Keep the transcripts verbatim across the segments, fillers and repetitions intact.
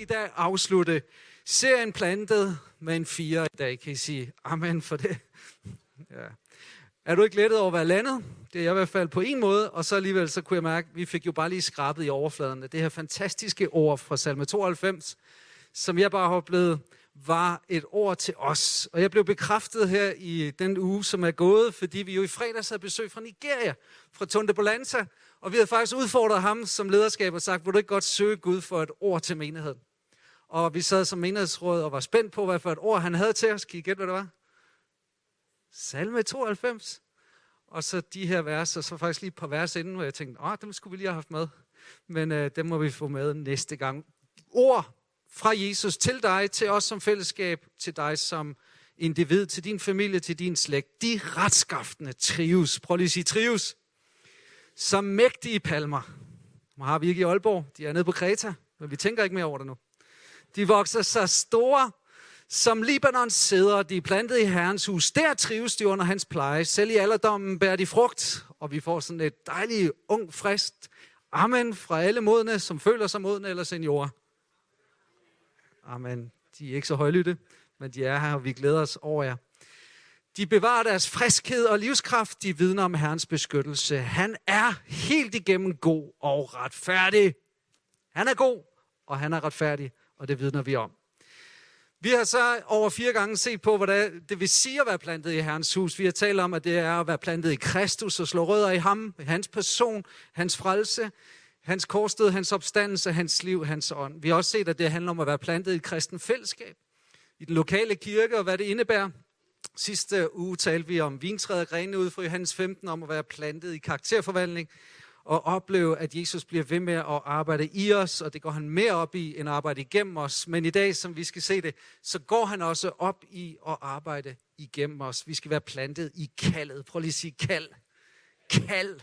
i dag afslutte serien Plantet med en fire i dag. Kan I sige amen for det? Ja. Er du ikke lettet over at være landet? Det er jeg i hvert fald på en måde, og så alligevel så kunne jeg mærke, at vi fik jo bare lige skrabet i overfladen af det her fantastiske ord fra salme tooghalvfems, som jeg bare har oplevet, var et ord til os. Og jeg blev bekræftet her i den uge, som er gået, fordi vi jo i fredags havde besøg fra Nigeria, fra Tunde Bolanta, og vi havde faktisk udfordret ham som lederskab og sagt, vil du ikke godt søge Gud for et ord til menigheden? Og vi sad som menighedsråd og var spændt på, hvad for et ord han havde til os. Kan I gætte, hvad det var? salme tooghalvfems. Og så de her vers, og så faktisk lige et par vers inden, hvor jeg tænkte, åh, dem skulle vi lige have haft med. Men øh, dem må vi få med næste gang. Ord fra Jesus til dig, til os som fællesskab, til dig som individ, til din familie, til din slægt. De retskaftende trives. Prøv lige at sige trives. Som mægtige palmer. Nu har vi ikke i Aalborg. De er nede på Kreta, men vi tænker ikke mere over det nu. De vokser så store, som Libanons ceder. De er plantet i Herrens hus. Der trives de under hans pleje. Selv i alderdommen bærer de frugt, og vi får sådan et dejligt, ung, friskt amen fra alle modne, som føler sig modne eller seniorer. Amen. De er ikke så højlytte, men de er her, og vi glæder os over jer. De bevarer deres friskhed og livskraft. De vidner om Herrens beskyttelse. Han er helt igennem god og retfærdig. Han er god, og han er retfærdig, og det vidner vi om. Vi har så over fire gange set på, hvad det vil sige at være plantet i Herrens hus. Vi har talt om, at det er at være plantet i Kristus og slå rødder i ham, hans person, hans frelse, hans korsdød, hans opstandelse, hans liv, hans ånd. Vi har også set, at det handler om at være plantet i et kristent fællesskab, i den lokale kirke og hvad det indebærer. Sidste uge talte vi om vintræet og grenene ude fra Johannes femten, om at være plantet i karakterforvandling og opleve, at Jesus bliver ved med at arbejde i os, og det går han mere op i, end at arbejde igennem os. Men i dag, som vi skal se det, så går han også op i at arbejde igennem os. Vi skal være plantet i kaldet. Prøv lige at sige kald. Kald.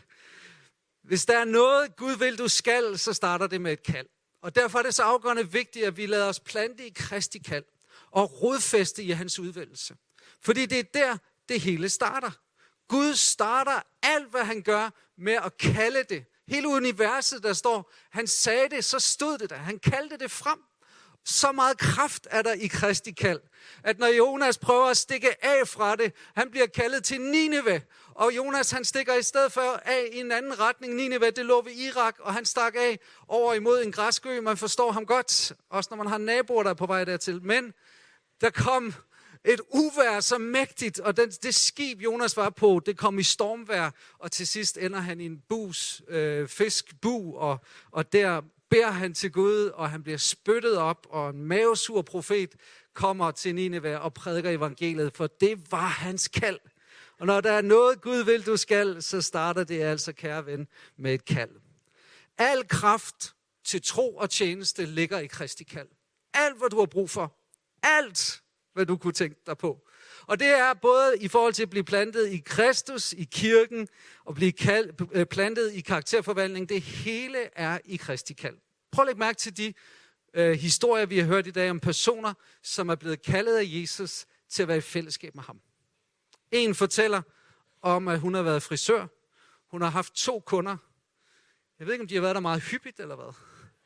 Hvis der er noget, Gud vil, du skal, så starter det med et kald. Og derfor er det så afgørende vigtigt, at vi lader os plante i Kristi kald og rodfæste i hans udvælgelse. Fordi det er der, det hele starter. Gud starter alt, hvad han gør, med at kalde det. Hele universet, der står, han sagde det, så stod det der. Han kaldte det frem. Så meget kraft er der i Kristi kald, at når Jonas prøver at stikke af fra det, han bliver kaldet til Nineve. Og Jonas, han stikker i stedet for af i en anden retning. Nineve, det lå ved Irak, og han stak af over imod en græsk ø. Man forstår ham godt, også når man har naboer, der er på vej dertil. Men der kom et uvejr så mægtigt, og det, det skib, Jonas var på, det kom i stormvejr, og til sidst ender han i en bus, øh, fiskbu, og, og der beder han til Gud, og han bliver spyttet op, og en mavesur profet kommer til Nineve og prædiker evangeliet, for det var hans kald. Og når der er noget, Gud vil, du skal, så starter det altså, kære ven, med et kald. Al kraft til tro og tjeneste ligger i Kristi kald. Alt, hvad du har brug for. Alt, hvad du kunne tænke dig på. Og det er både i forhold til at blive plantet i Kristus, i kirken, og blive kald, plantet i karakterforvandling. Det hele er i Kristi kald. Prøv at lægge mærke til de øh, historier, vi har hørt i dag om personer, som er blevet kaldet af Jesus til at være i fællesskab med ham. En fortæller om, at hun har været frisør. Hun har haft to kunder. Jeg ved ikke, om de har været der meget hyppigt eller hvad.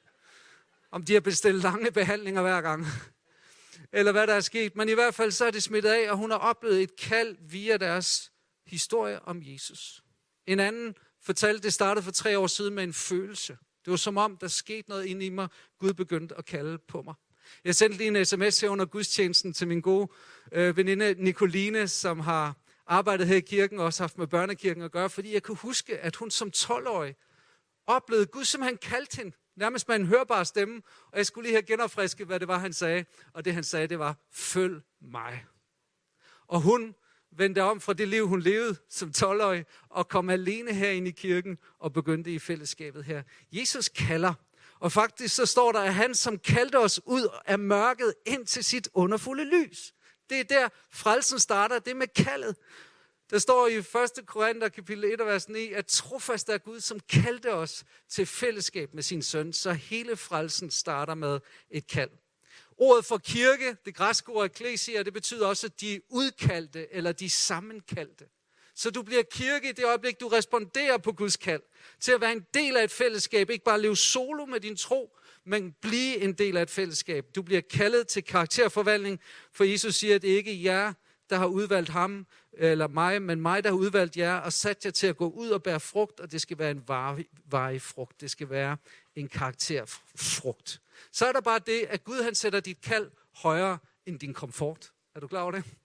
Om de har bestilt lange behandlinger hver gang. Eller hvad der er sket. Men i hvert fald så er det smittet af, og hun har oplevet et kald via deres historie om Jesus. En anden fortalte, det startede for tre år siden med en følelse. Det var som om, der skete noget inde i mig. Gud begyndte at kalde på mig. Jeg sendte lige en sms her under gudstjenesten til min gode øh, veninde Nicoline, som har arbejdet her i kirken og også haft med børnekirken at gøre, fordi jeg kunne huske, at hun som tolv-årig oplevede, Gud simpelthen kaldte hende, nærmest med en hørbar stemme, og jeg skulle lige have genopfrisket, hvad det var, han sagde. Og det han sagde, det var, følg mig. Og hun vendte om fra det liv, hun levede som tolv-årig, og kom alene herinde i kirken og begyndte i fællesskabet her. Jesus kalder, og faktisk så står der, at han som kaldte os ud af mørket ind til sit underfulde lys. Det er der frelsen starter, det er med kaldet. Der står i første Korinther kapitel et, vers ni, at trofast er Gud, som kaldte os til fællesskab med sin søn, så hele frelsen starter med et kald. Ordet for kirke, det græske ord ekklesia, det betyder også de udkaldte eller de sammenkaldte. Så du bliver kirke i det øjeblik, du responderer på Guds kald, til at være en del af et fællesskab, ikke bare leve solo med din tro, men bliv en del af et fællesskab. Du bliver kaldet til karakterforvandling, for Jesus siger, at det ikke er jer, der har udvalgt ham eller mig, men mig, der har udvalgt jer og sat jer til at gå ud og bære frugt, og det skal være en varig, varig frugt. Det skal være en karakterfrugt. Så er der bare det, at Gud han sætter dit kald højere end din komfort. Er du klar over det?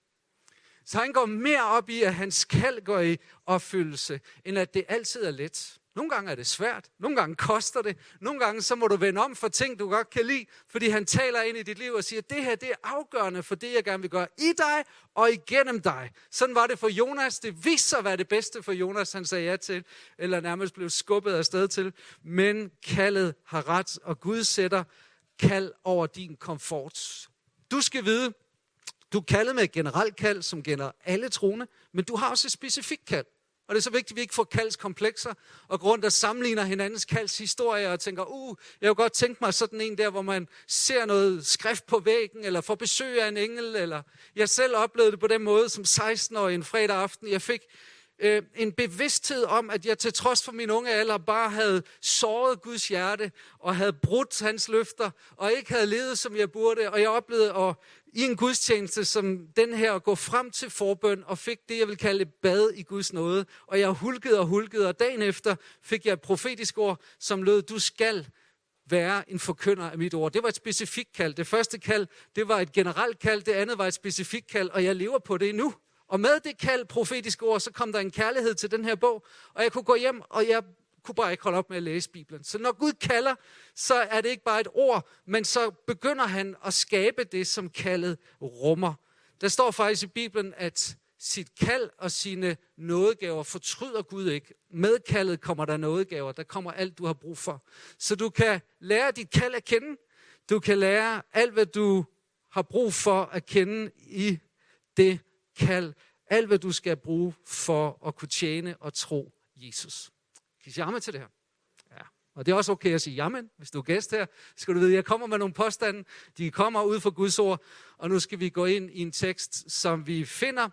Så han går mere op i, at hans kald går i opfyldelse, end at det altid er let. Nogle gange er det svært, nogle gange koster det, nogle gange så må du vende om for ting, du godt kan lide, fordi han taler ind i dit liv og siger, det her det er afgørende for det, jeg gerne vil gøre i dig og igennem dig. Sådan var det for Jonas. Det viste sig at være det bedste for Jonas, han sagde ja til, eller nærmest blev skubbet afsted til. Men kaldet har ret, og Gud sætter kald over din komfort. Du skal vide, du er kaldet med et generelt kald, som gælder alle troende, men du har også et specifikt kald. Og det er så vigtigt, at vi ikke får kaldskomplekser og grund der sammenligner hinandens kaldshistorier og tænker, uh, jeg kunne godt tænke mig sådan en der, hvor man ser noget skrift på væggen, eller får besøg af en engel, eller jeg selv oplevede det på den måde som seksten-årig en fredag aften. Jeg fik øh, en bevidsthed om, at jeg til trods for min unge alder bare havde såret Guds hjerte, og havde brudt hans løfter, og ikke havde levet, som jeg burde. Og jeg oplevede at i en gudstjeneste som den her, at gå frem til forbøn, og fik det, jeg vil kalde et bad i Guds nåde. Og jeg hulkede og hulkede, og dagen efter fik jeg et profetisk ord, som lød, du skal være en forkynder af mit ord. Det var et specifikt kald. Det første kald, det var et generelt kald, det andet var et specifikt kald, og jeg lever på det endnu. Og med det kald, profetiske ord, så kom der en kærlighed til den her bog, og jeg kunne gå hjem, og jeg kunne bare ikke holde op med at læse Bibelen. Så når Gud kalder, så er det ikke bare et ord, men så begynder han at skabe det, som kaldet rummer. Der står faktisk i Bibelen, at sit kald og sine nådegaver fortryder Gud ikke. Med kaldet kommer der nådegaver, der kommer alt, du har brug for. Så du kan lære dit kald at kende. Du kan lære alt, hvad du har brug for at kende i det kald. Alt, hvad du skal bruge for at kunne tjene og tro Jesus. Kan I sige amen til det her? Ja. Og det er også okay at sige jamen, hvis du er gæst her. Skal du vide, jeg kommer med nogle påstande. De kommer ud fra Guds ord. Og nu skal vi gå ind i en tekst, som vi finder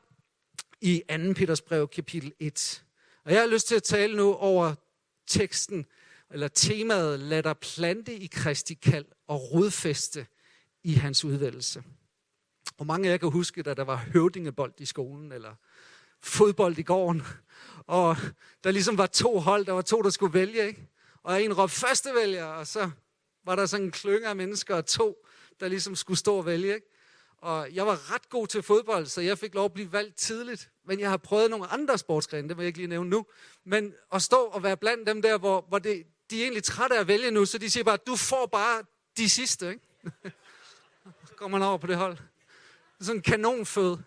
i anden Peters brev, kapitel et. Og jeg har lyst til at tale nu over teksten, eller temaet, lad dig plante i Kristi kald og rodfæste i hans udvælgelse. Og mange af jer kan huske, da der var høvdingebold i skolen, eller fodbold i gården, og der ligesom var to hold, der var to, der skulle vælge, ikke? Og en råbte førstevælger, og så var der sådan en klynge af mennesker, og to, der ligesom skulle stå og vælge, ikke? Og jeg var ret god til fodbold, så jeg fik lov at blive valgt tidligt. Men jeg har prøvet nogle andre sportsgrene, det vil jeg ikke lige nævne nu. Men at stå og være blandt dem der, hvor, hvor det, de er egentlig trætte af at vælge nu, så de siger bare, du får bare de sidste, ikke? Så går man over på det hold. Sådan en kanonfød.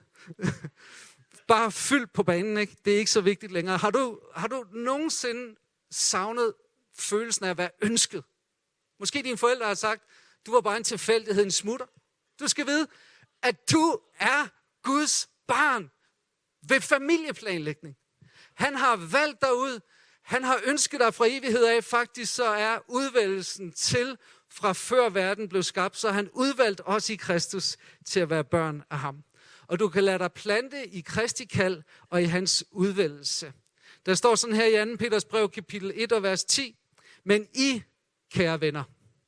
Bare fyldt på banen, ikke? Det er ikke så vigtigt længere. Har du, har du nogensinde savnet følelsen af at være ønsket? Måske dine forældre har sagt, du var bare en tilfældighed, en smutter. Du skal vide, at du er Guds barn ved familieplanlægning. Han har valgt dig ud. Han har ønsket dig fra evighed af. Faktisk så er udvælgelsen til, fra før verden blev skabt, så han udvalgt os i Kristus til at være børn af ham. Og du kan lade dig plante i Kristi kald og i hans udvælgelse. Der står sådan her i anden Peters brev, kapitel et og vers ti. Men I, kære venner,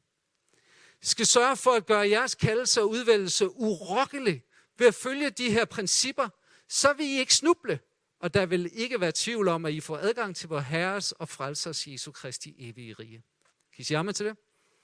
skal sørge for at gøre jeres kaldelse og udvælgelse urokkelig ved at følge de her principper, så vil I ikke snuble, og der vil ikke være tvivl om, at I får adgang til vor Herres og Frelsers Jesu Kristi evige rige. Kan I sige amen til det?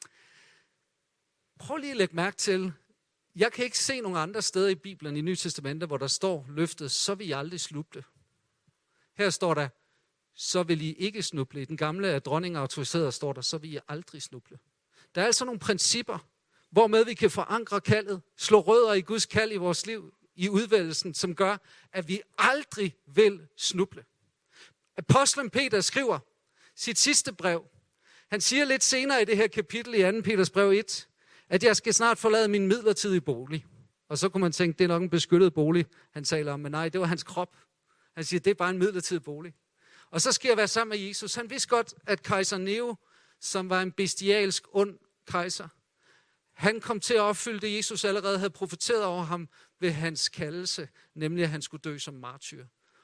Prøv lige at lægge mærke til, jeg kan ikke se nogen andre steder i Bibelen i Nye Testamentet, hvor der står løftet, så vil I aldrig snuble. Her står der, så vil I ikke snuble. I den gamle af dronningen autoriseret står der, så vil I aldrig snuble. Der er altså nogle principper, hvormed vi kan forankre kaldet, slå rødder i Guds kald i vores liv, i udvælgelsen, som gør, at vi aldrig vil snuble. Apostlen Peter skriver sit sidste brev. Han siger lidt senere i det her kapitel i anden Peters brev et, at jeg skal snart forlade min midlertidige bolig. Og så kunne man tænke, det er nok en beskyttet bolig, han taler om. Men nej, det var hans krop. Han siger, det er bare en midlertidig bolig. Og så skal jeg være sammen med Jesus. Han vidste godt, at kejser Nero, som var en bestialsk, ond kejser, han kom til at opfylde det, Jesus allerede havde profeteret over ham ved hans kaldelse, nemlig at han skulle dø som martyr.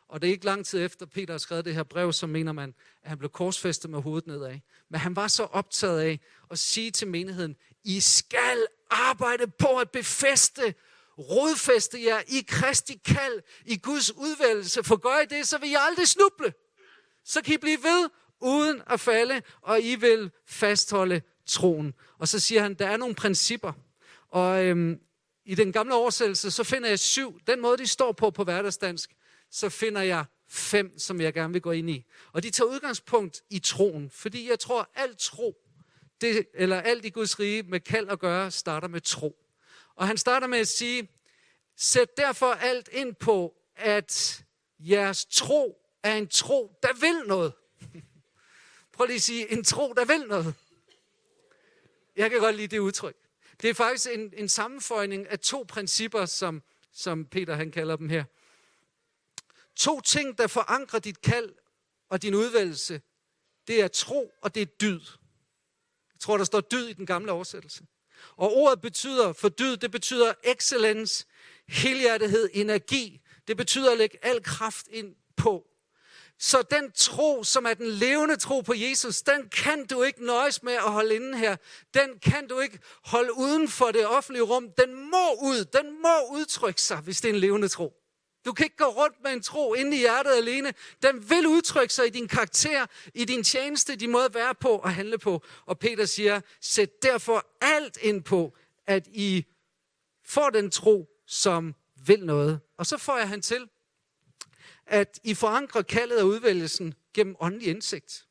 Og det er ikke lang tid efter, Peter har skrevet det her brev, så mener man, at han blev korsfæstet med hovedet nedad. Men han var så optaget af at sige til menigheden, I skal arbejde på at befæste, rodfæste jer i Kristi kald, i Guds udvælgelse. For gør I det, så vil I aldrig snuble. Så kan I blive ved, uden at falde, og I vil fastholde troen. Og så siger han, der er nogle principper. Og øhm, i den gamle oversættelse, så finder jeg syv. Den måde, de står på på hverdagsdansk, så finder jeg fem, som jeg gerne vil gå ind i. Og de tager udgangspunkt i troen. Fordi jeg tror, alt tro, det, eller alt i Guds rige med kald at gøre, starter med tro. Og han starter med at sige, sæt derfor alt ind på, at jeres tro er en tro, der vil noget. Prøv lige at sige, en tro, der vil noget. Jeg kan godt lide det udtryk. Det er faktisk en, en sammenføjning af to principper, som, som Peter han kalder dem her. To ting, der forankrer dit kald og din udvælgelse, det er tro og det er dyd. Jeg tror, der står dyd i den gamle oversættelse. Og ordet betyder, for dyd, det betyder excellence, helhjertethed, energi. Det betyder at lægge al kraft ind på. Så den tro, som er den levende tro på Jesus, den kan du ikke nøjes med at holde inde her. Den kan du ikke holde uden for det offentlige rum. Den må ud, den må udtrykke sig, hvis det er en levende tro. Du kan ikke gå rundt med en tro inde i hjertet alene. Den vil udtrykke sig i din karakter, i din tjeneste, din måde at være på og handle på. Og Peter siger, sæt derfor alt ind på, at I får den tro, som vil noget. Og så får jeg han til, at I forankrer kaldet og udvælgelsen gennem åndelig indsigt.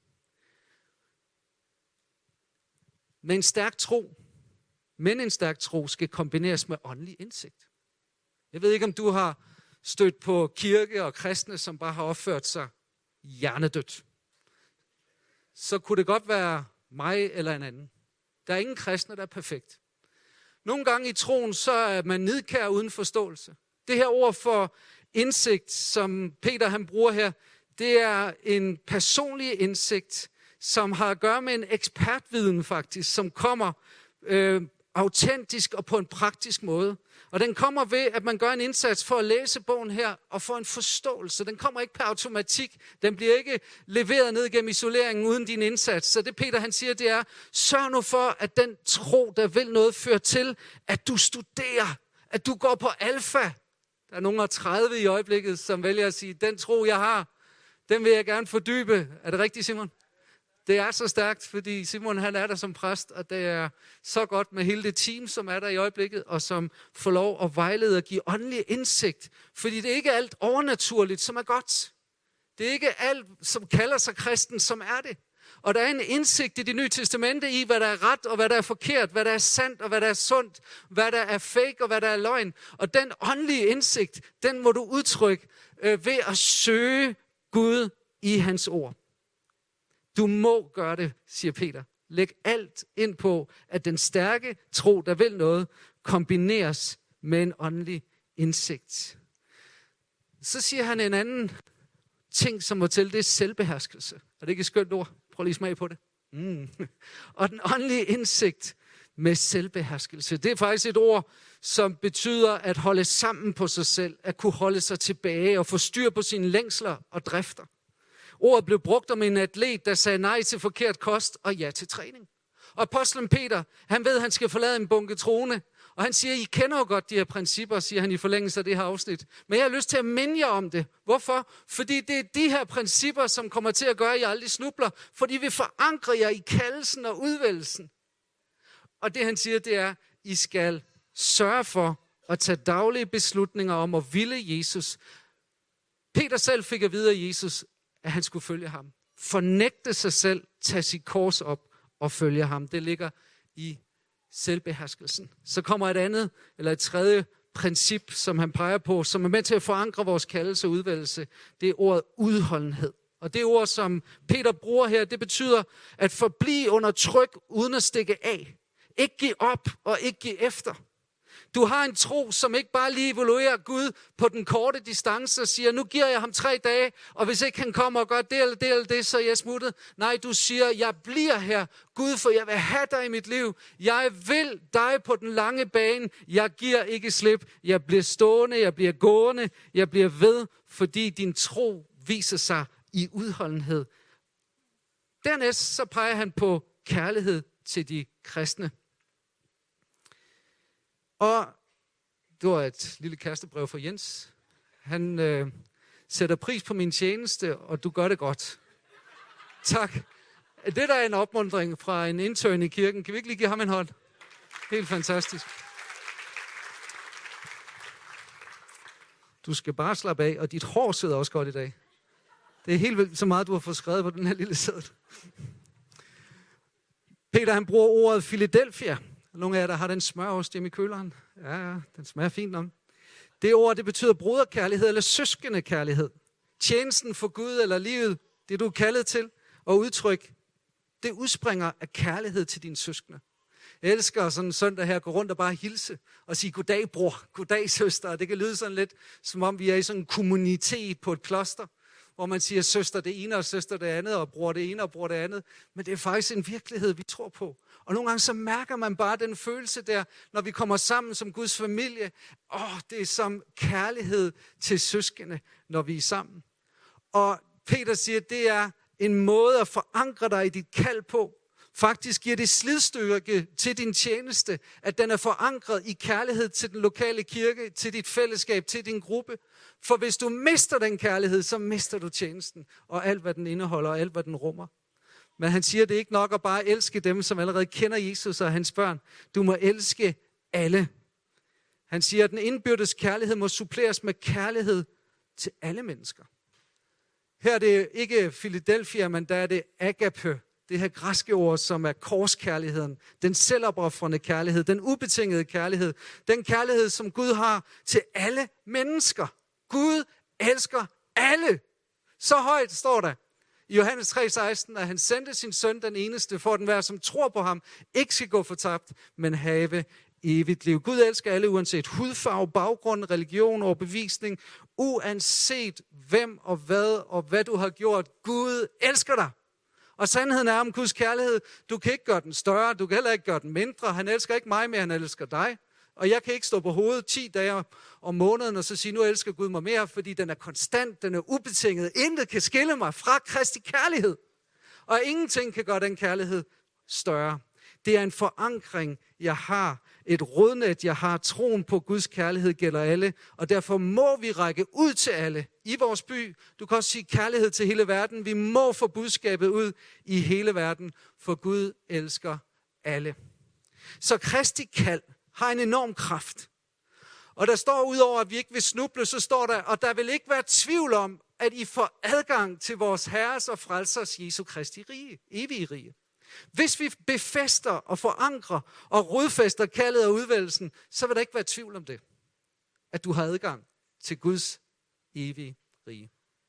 Med en stærk tro, men en stærk tro skal kombineres med åndelig indsigt. Jeg ved ikke, om du har stødt på kirke og kristne, som bare har opført sig hjernedødt. Så kunne det godt være mig eller en anden. Der er ingen kristne, der er perfekt. Nogle gange i troen, så er man nidkær uden forståelse. Det her ord for indsigt, som Peter han bruger her, det er en personlig indsigt, som har at gøre med en ekspertviden faktisk, som kommer øh, autentisk og på en praktisk måde. Og den kommer ved, at man gør en indsats for at læse bogen her og få en forståelse. Den kommer ikke per automatik. Den bliver ikke leveret ned gennem isoleringen uden din indsats. Så det Peter han siger, det er, sørg nu for, at den tro, der vil noget, fører til, at du studerer, at du går på alfa. Der er nogen af tredive i øjeblikket, som vælger at sige, den tro, jeg har, den vil jeg gerne fordybe. Er det rigtigt, Simon? Det er så stærkt, fordi Simon han er der som præst, og det er så godt med hele det team, som er der i øjeblikket, og som får lov at vejlede og give åndelig indsigt. Fordi det er ikke alt overnaturligt, som er godt. Det er ikke alt, som kalder sig kristen, som er det. Og der er en indsigt i Det Nye Testamente i, hvad der er ret og hvad der er forkert, hvad der er sandt og hvad der er sundt, hvad der er fake og hvad der er løgn. Og den åndelige indsigt, den må du udtrykke øh, ved at søge Gud i hans ord. Du må gøre det, siger Peter. Læg alt ind på, at den stærke tro, der vil noget, kombineres med en åndelig indsigt. Så siger han en anden ting, som må til, det er selvbeherskelse. Er det ikke et skønt ord? Prøv lige at smage på det. Mm. Og den åndelige indsigt med selvbeherskelse. Det er faktisk et ord, som betyder at holde sammen på sig selv, at kunne holde sig tilbage og få styr på sine længsler og drifter. Ordet blev brugt om en atlet, der sagde nej til forkert kost og ja til træning. Og apostlen Peter, han ved, at han skal forlade en bunke troende. Og han siger, I kender jo godt de her principper, siger han i forlængelse af det her afsnit. Men jeg har lyst til at minde jer om det. Hvorfor? Fordi det er de her principper, som kommer til at gøre, at I aldrig snubler. Fordi vi forankrer jer i kaldelsen og udvælgelsen. Og det han siger, det er, I skal sørge for at tage daglige beslutninger om at ville Jesus. Peter selv fik at vide af Jesus, at han skulle følge ham. Fornægte sig selv, tage sit kors op og følge ham. Det ligger i selvbeherskelsen. Så kommer et andet, eller et tredje princip, som han peger på, som er med til at forankre vores kaldelse og udvælgelse. Det er ordet udholdenhed. Og det ord, som Peter bruger her, det betyder at forblive under tryk, uden at stikke af. Ikke give op og ikke give efter. Du har en tro, som ikke bare lige evaluerer Gud på den korte distance og siger, nu giver jeg ham tre dage, og hvis ikke han kommer og gør det eller det eller det, så er jeg smuttet. Nej, du siger, jeg bliver her, Gud, for jeg vil have dig i mit liv. Jeg vil dig på den lange bane. Jeg giver ikke slip. Jeg bliver stående, jeg bliver gående, jeg bliver ved, fordi din tro viser sig i udholdenhed. Dernæst så peger han på kærlighed til de kristne. Og det var et lille kærestebrev fra Jens. Han øh, sætter pris på min tjeneste, og du gør det godt. Tak. Det der er en opmuntring fra en intern i kirken. Kan vi ikke lige give ham en hånd? Helt fantastisk. Du skal bare slappe af, og dit hår sidder også godt i dag. Det er helt vildt så meget, du har fået skrevet på den her lille seddel. Peter, han bruger ordet Philadelphia. Nogle af jer, der har den smørost hjemme i køleren. Ja, ja, den smager fint om. Det ord, det betyder broderkærlighed eller søskendekærlighed. Tjenesten for Gud eller livet, det du er kaldet til og udtryk, det udspringer af kærlighed til dine søskende. Jeg elsker sådan en søndag her at gå rundt og bare hilse og sige goddag bror, goddag søster. Det kan lyde sådan lidt, som om vi er i sådan en kommunitet på et kloster, hvor man siger søster det ene og søster det andet, og bror det ene og bror det andet. Men det er faktisk en virkelighed, vi tror på. Og nogle gange så mærker man bare den følelse der, når vi kommer sammen som Guds familie. Åh, det er som kærlighed til søskende, når vi er sammen. Og Peter siger, at det er en måde at forankre dig i dit kald på. Faktisk giver det slidstyrke til din tjeneste, at den er forankret i kærlighed til den lokale kirke, til dit fællesskab, til din gruppe. For hvis du mister den kærlighed, så mister du tjenesten, og alt hvad den indeholder, og alt hvad den rummer. Men han siger, det er ikke nok at bare elske dem, som allerede kender Jesus og hans børn. Du må elske alle. Han siger, at den indbyrdes kærlighed må suppleres med kærlighed til alle mennesker. Her er det ikke Philadelphia, men der er det agape. Det her græske ord, som er korskærligheden, den selvopoffrende kærlighed, den ubetingede kærlighed, den kærlighed, som Gud har til alle mennesker. Gud elsker alle. Så højt står der i Johannes tre seksten, at han sendte sin søn, den eneste, for den hver, som tror på ham, ikke skal gå fortabt, men have evigt liv. Gud elsker alle, uanset hudfarve, baggrund, religion og bevisning, uanset hvem og hvad og hvad du har gjort. Gud elsker dig. Og sandheden er om Guds kærlighed, du kan ikke gøre den større, du kan heller ikke gøre den mindre. Han elsker ikke mig mere, han elsker dig. Og jeg kan ikke stå på hovedet ti dage om måneden og så sige, nu elsker Gud mig mere, fordi den er konstant, den er ubetinget. Intet kan skille mig fra Kristi kærlighed. Og ingenting kan gøre den kærlighed større. Det er en forankring, jeg har. Et rodnet, jeg har. Troen på Guds kærlighed gælder alle. Og derfor må vi række ud til alle i vores by. Du kan også sige kærlighed til hele verden. Vi må få budskabet ud i hele verden, for Gud elsker alle. Så Kristi kald har en enorm kraft. Og der står udover, at vi ikke vil snuble, så står der, og der vil ikke være tvivl om, at I får adgang til vores Herres og Frelsers Jesu Kristi rige, evige rige. Hvis vi befæster og forankrer og rodfæster kaldet og udvælgelsen, så vil der ikke være tvivl om det. At du har adgang til Guds evige rige.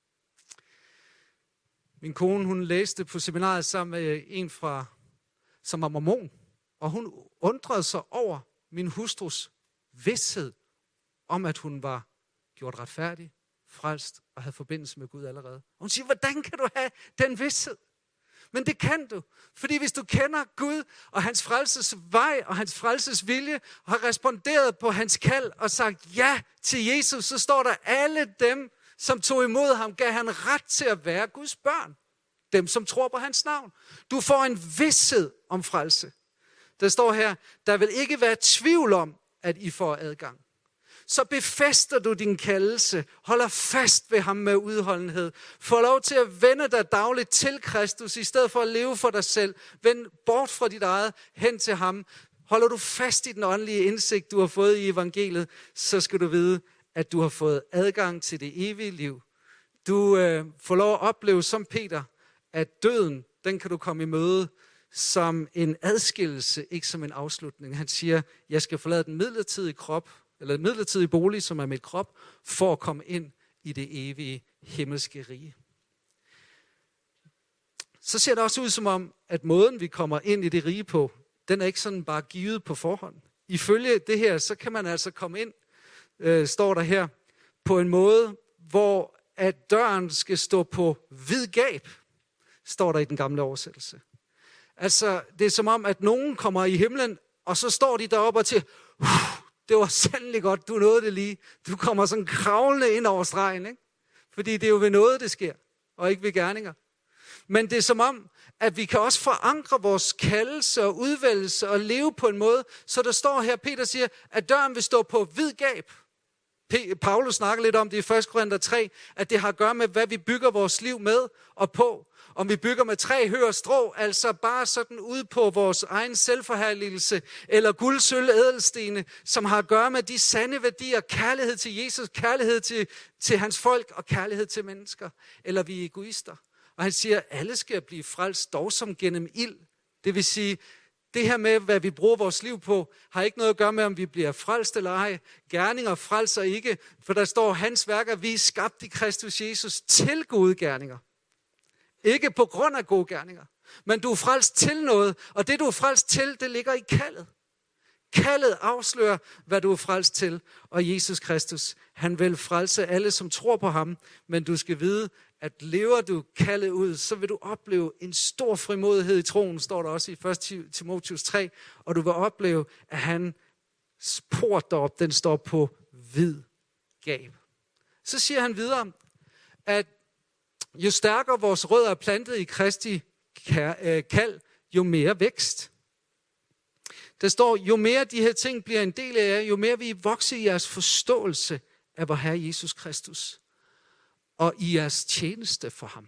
Min kone, hun læste på seminaret sammen med en fra, som var mormon, og hun undrede sig over min hustrus vidsthed om, at hun var gjort retfærdig, frelst og havde forbindelse med Gud allerede. Og hun siger, hvordan kan du have den vidsthed? Men det kan du, fordi hvis du kender Gud og hans frelses vej og hans frelses vilje, og har responderet på hans kald og sagt ja til Jesus, så står der, alle dem, som tog imod ham, gav han ret til at være Guds børn. Dem, som tror på hans navn. Du får en vished om frelse. Der står her, der vil ikke være tvivl om, at I får adgang. Så befæster du din kaldelse, holder fast ved ham med udholdenhed, får lov til at vende dig dagligt til Kristus, i stedet for at leve for dig selv. Vend bort fra dit eget, hen til ham. Holder du fast i den åndelige indsigt, du har fået i evangeliet, så skal du vide, at du har fået adgang til det evige liv. Du øh, får lov at opleve som Peter, at døden, den kan du komme i møde som en adskillelse, ikke som en afslutning. Han siger, jeg skal forlade den midlertidige krop, eller den midlertidige bolig, som er mit krop, for at komme ind i det evige himmelske rige. Så ser det også ud som om, at måden vi kommer ind i det rige på, den er ikke sådan bare givet på forhånd. ifølge det her, så kan man altså komme ind, øh, står der her, på en måde, hvor at døren skal stå på vid gab, står der i den gamle oversættelse. Altså, det er som om, at nogen kommer i himlen, og så står de deroppe og til, det var sandelig godt, du nåede det lige. Du kommer sådan kravlende ind over stregen, ikke? Fordi det er jo ved noget, det sker, og ikke ved gerninger. Men det er som om, at vi kan også forankre vores kaldelse og udvælgelse og leve på en måde, så der står her, Peter siger, at døren vil stå på vid gab. Paulus snakker lidt om det i første Korinther tre, at det har at gøre med, hvad vi bygger vores liv med og på. Om vi bygger med træ, hø og strå, altså bare sådan ude på vores egen selvforherligelse, eller guld, sølv, ædelstene, som har at gøre med de sande værdier, kærlighed til Jesus, kærlighed til, til hans folk og kærlighed til mennesker. Eller vi er egoister. Og han siger, at alle skal blive frelst, dog som gennem ild. Det vil sige, det her med, hvad vi bruger vores liv på, har ikke noget at gøre med, om vi bliver frelst eller ej. Gerninger frelser ikke, for der står, hans værker, vi er skabt i Kristus Jesus til gode gerninger. Ikke på grund af gode gerninger, men du er frelst til noget, og det du er frelst til, det ligger i kaldet. Kaldet afslører, hvad du er frelst til, og Jesus Kristus, han vil frelse alle, som tror på ham, men du skal vide, at lever du kaldet ud, så vil du opleve en stor frimodighed i troen, står der også i første Timotheus tre, og du vil opleve, at han port derop, den står på vid gab. Så siger han videre, at jo stærkere vores rødder er plantet i Kristi kald, jo mere vækst. Der står, jo mere de her ting bliver en del af jer, jo mere vi vokser i jeres forståelse af vor Herre Jesus Kristus og i jeres tjeneste for ham.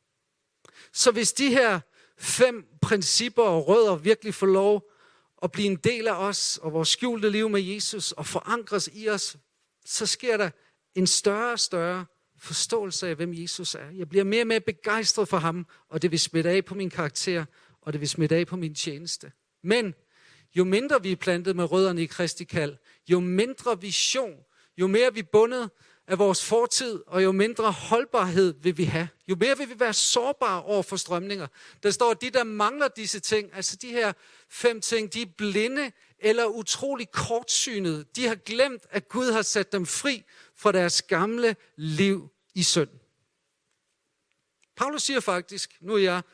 Så hvis de her fem principper og rødder virkelig får lov at blive en del af os og vores skjulte liv med Jesus og forankres i os, så sker der en større og større forståelse af, hvem Jesus er. Jeg bliver mere og mere begejstret for ham, og det vil smitte af på min karakter, og det vil smitte af på min tjeneste. Men jo mindre vi er plantet med rødderne i Kristi kald, jo mindre vision, jo mere vi er bundet af vores fortid, og jo mindre holdbarhed vil vi have. Jo mere vil vi være sårbare over for strømninger. Der står, at de, der mangler disse ting, altså de her fem ting, de er blinde eller utrolig kortsynede. De har glemt, at Gud har sat dem fri fra deres gamle liv i synd. Paulus siger faktisk, nu er jeg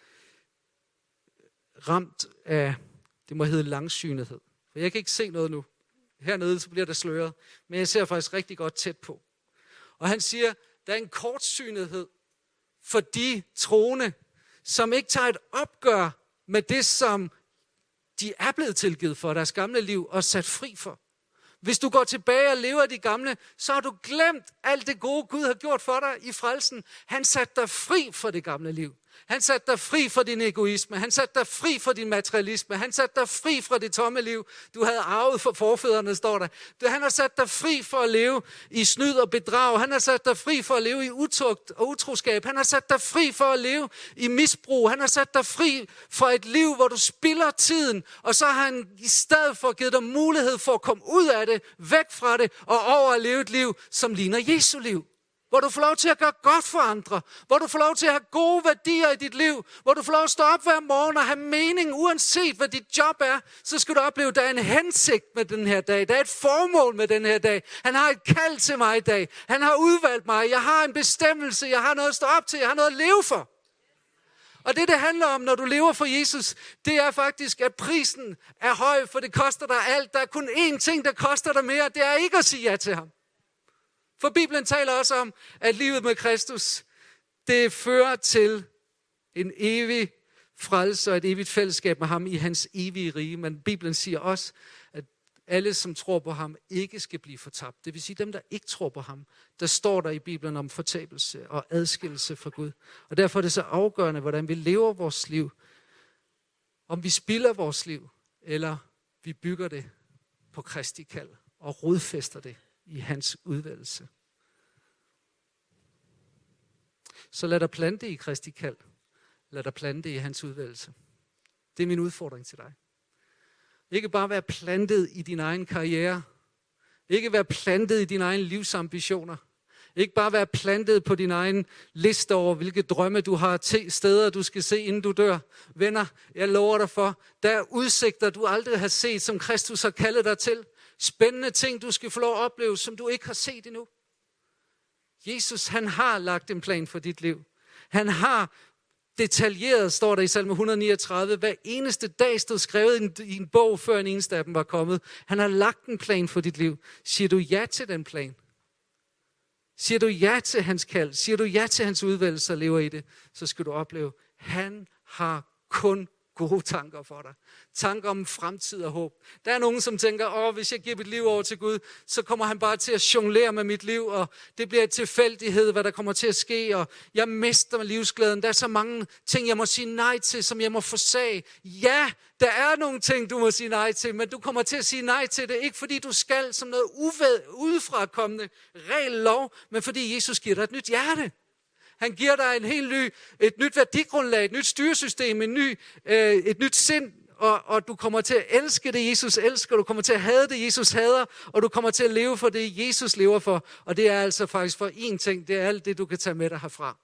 ramt af, det må hedde langsynethed. For jeg kan ikke se noget nu. Hernede så bliver der sløret, men jeg ser faktisk rigtig godt tæt på. Og han siger, der er en kortsynethed for de troende, som ikke tager et opgør med det, som de er blevet tilgivet for deres gamle liv og sat fri for. Hvis du går tilbage og lever af de gamle, så har du glemt alt det gode, Gud har gjort for dig i frelsen. Han satte dig fri for det gamle liv. Han satte dig fri fra din egoisme. Han satte dig fri fra din materialisme. Han satte dig fri fra det tomme liv, du havde arvet for forfædrene, står der. Han har sat dig fri for at leve i snyd og bedrag. Han har sat dig fri for at leve i utugt og utroskab. Han har sat dig fri for at leve i misbrug. Han har sat dig fri for et liv, hvor du spilder tiden. Og så har han i stedet for givet dig mulighed for at komme ud af det, væk fra det og over at leve et liv, som ligner Jesu liv. Hvor du får lov til at gøre godt for andre. Hvor du får lov til at have gode værdier i dit liv. Hvor du får lov at stå op hver morgen og have mening, uanset hvad dit job er. Så skal du opleve, at der er en hensigt med den her dag. Der er et formål med den her dag. Han har et kald til mig i dag. Han har udvalgt mig. Jeg har en bestemmelse. Jeg har noget at stå op til. Jeg har noget at leve for. Og det, det handler om, når du lever for Jesus, det er faktisk, at prisen er høj, for det koster dig alt. Der er kun én ting, der koster dig mere. Det er ikke at sige ja til ham. For Bibelen taler også om, at livet med Kristus, det fører til en evig frelse og et evigt fællesskab med ham i hans evige rige. Men Bibelen siger også, at alle, som tror på ham, ikke skal blive fortabt. Det vil sige, dem, der ikke tror på ham, der står der i Bibelen om fortabelse og adskillelse fra Gud. Og derfor er det så afgørende, hvordan vi lever vores liv. Om vi spilder vores liv, eller vi bygger det på Kristi kald og rodfæster det i hans udvælgelse. Så lad dig plante i Kristi kald. Lad dig plante i hans udvælgelse. Det er min udfordring til dig. Ikke bare være plantet i din egen karriere. Ikke være plantet i dine egne livsambitioner. Ikke bare være plantet på din egen liste over, hvilke drømme du har til steder, du skal se, inden du dør. Venner, jeg lover dig for, der er udsigter, du aldrig har set, som Kristus har kaldet dig til. Spændende ting, du skal få lov at opleve, som du ikke har set endnu. Jesus, han har lagt en plan for dit liv. Han har detaljeret, står der i salme et hundrede niogtredive, hver eneste dag stod skrevet i en bog, før en eneste af dem var kommet. Han har lagt en plan for dit liv. Siger du ja til den plan? Siger du ja til hans kald? Siger du ja til hans udvælgelse og lever i det? Så skal du opleve, han har kun gode tanker for dig. Tanker om fremtid og håb. Der er nogen, som tænker, åh, hvis jeg giver mit liv over til Gud, så kommer han bare til at jonglere med mit liv, og det bliver et tilfældighed, hvad der kommer til at ske, og jeg mister livsglæden. Der er så mange ting, jeg må sige nej til, som jeg må forsage. Ja, der er nogle ting, du må sige nej til, men du kommer til at sige nej til det, ikke fordi du skal som noget uved, udefrakommende regel lov, men fordi Jesus giver dig et nyt hjerte. Han giver dig en helt ny, et nyt værdigrundlag, et nyt styresystem, en ny, øh, et nyt sind, og, og du kommer til at elske det, Jesus elsker, du kommer til at hade det, Jesus hader, og du kommer til at leve for det, Jesus lever for. Og det er altså faktisk for én ting, det er alt det, du kan tage med dig herfra.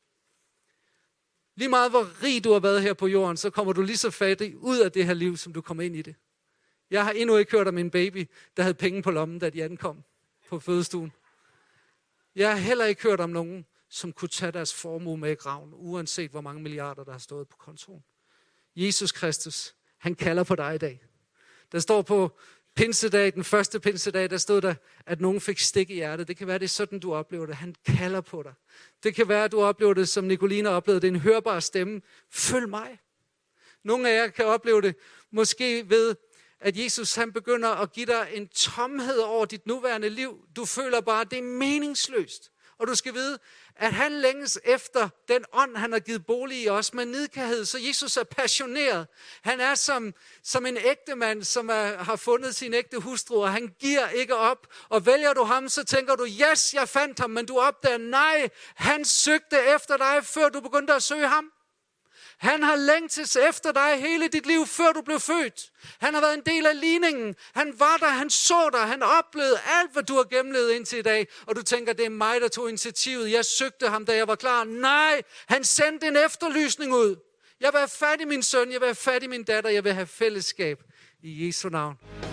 Lige meget hvor rig du har været her på jorden, så kommer du lige så fattig ud af det her liv, som du kommer ind i det. Jeg har endnu ikke hørt om en baby, der havde penge på lommen, da de ankom på fødestuen. Jeg har heller ikke hørt om nogen, som kunne tage deres formue med i graven, uanset hvor mange milliarder, der har stået på kontoen. Jesus Kristus, han kalder på dig i dag. Der står på pinsedag, den første pinsedag, der stod der, at nogen fik stik i hjertet. Det kan være, det er sådan, du oplever det. Han kalder på dig. Det kan være, at du oplever det, som Nicolina oplevede det, en hørbar stemme. Følg mig. Nogle af jer kan opleve det, måske ved, at Jesus han begynder at give dig en tomhed over dit nuværende liv. Du føler bare, at det er meningsløst. Og du skal vide, at han længes efter den ånd, han har givet bolig i os med nidkærhed. Så Jesus er passioneret. Han er som, som en ægte mand, som er, har fundet sin ægte hustru, og han giver ikke op. Og vælger du ham, så tænker du, yes, jeg fandt ham, men du opdager, nej, han søgte efter dig, før du begyndte at søge ham. Han har længtes efter dig hele dit liv, før du blev født. Han har været en del af ligningen. Han var der, han så dig, han oplevede alt, hvad du har gennemlevet indtil i dag. Og du tænker, det er mig, der tog initiativet. Jeg søgte ham, da jeg var klar. Nej, han sendte en efterlysning ud. Jeg vil have fat i min søn, jeg vil have fat i min datter, jeg vil have fællesskab i Jesu navn.